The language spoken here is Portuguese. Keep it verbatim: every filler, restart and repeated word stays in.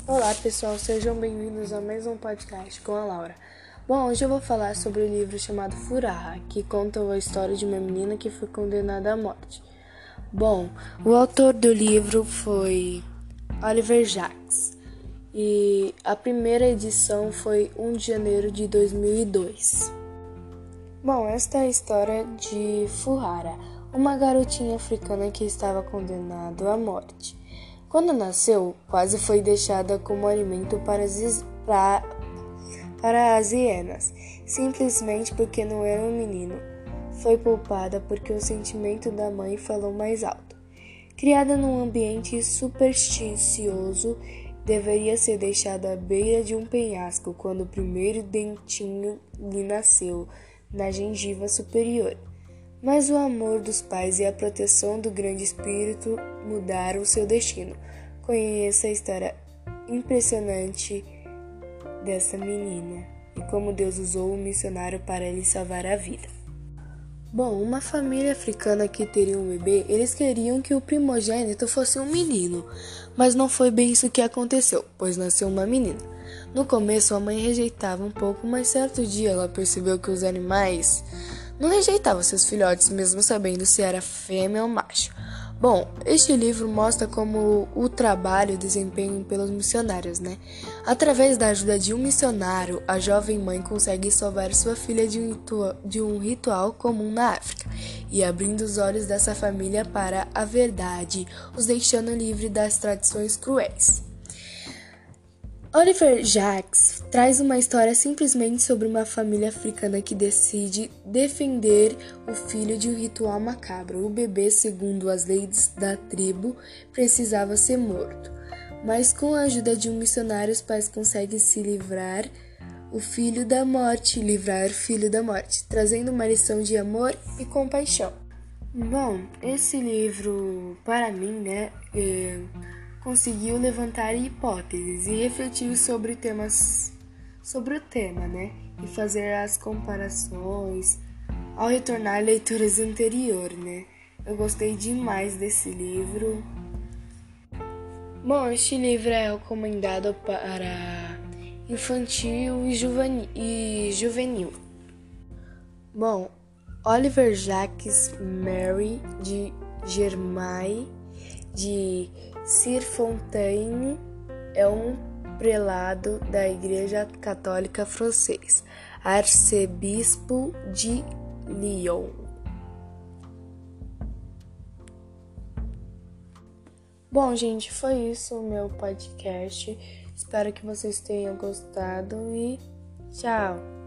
Olá pessoal, sejam bem-vindos a mais um podcast com a Laura. Bom, hoje eu vou falar sobre o livro chamado Furaha, que conta a história de uma menina que foi condenada à morte. Bom, o autor do livro foi Oliver Jacks e a primeira edição foi primeiro de janeiro de dois mil e dois. Bom, esta é a história de Furaha, uma garotinha africana que estava condenada à morte. Quando nasceu, quase foi deixada como alimento para as, pra, para as hienas, simplesmente porque não era um menino. Foi poupada porque o sentimento da mãe falou mais alto. Criada num ambiente supersticioso, deveria ser deixada à beira de um penhasco quando o primeiro dentinho lhe nasceu na gengiva superior. Mas o amor dos pais e a proteção do grande espírito mudaram seu destino. Conheça a história impressionante dessa menina e como Deus usou o missionário para lhe salvar a vida. Bom, uma família africana que teria um bebê, eles queriam que o primogênito fosse um menino, mas não foi bem isso que aconteceu, pois nasceu uma menina. No começo, a mãe rejeitava um pouco, mas certo dia ela percebeu que os animais não rejeitavam seus filhotes, mesmo sabendo se era fêmea ou macho. Bom, este livro mostra como o trabalho e o desempenho pelos missionários, né? Através da ajuda de um missionário, a jovem mãe consegue salvar sua filha de um, ritual, de um ritual comum na África e abrindo os olhos dessa família para a verdade, os deixando livres das tradições cruéis. Oliver Jacks traz uma história simplesmente sobre uma família africana que decide defender o filho de um ritual macabro. O bebê, segundo as leis da tribo, precisava ser morto. Mas com a ajuda de um missionário, os pais conseguem se livrar o filho da morte, livrar o filho da morte, trazendo uma lição de amor e compaixão. Bom, esse livro, para mim, né, é... conseguiu levantar hipóteses e refletir sobre temas sobre o tema, né? E fazer as comparações ao retornar a leituras anteriores, né? Eu gostei demais desse livro. Bom, este livro é recomendado para infantil e juvenil. E juvenil. Bom, Oliver Jacks Mary de Germain de Sir Fontaine é um prelado da Igreja Católica Francês, arcebispo de Lyon. Bom, gente, foi isso o meu podcast. Espero que vocês tenham gostado e tchau!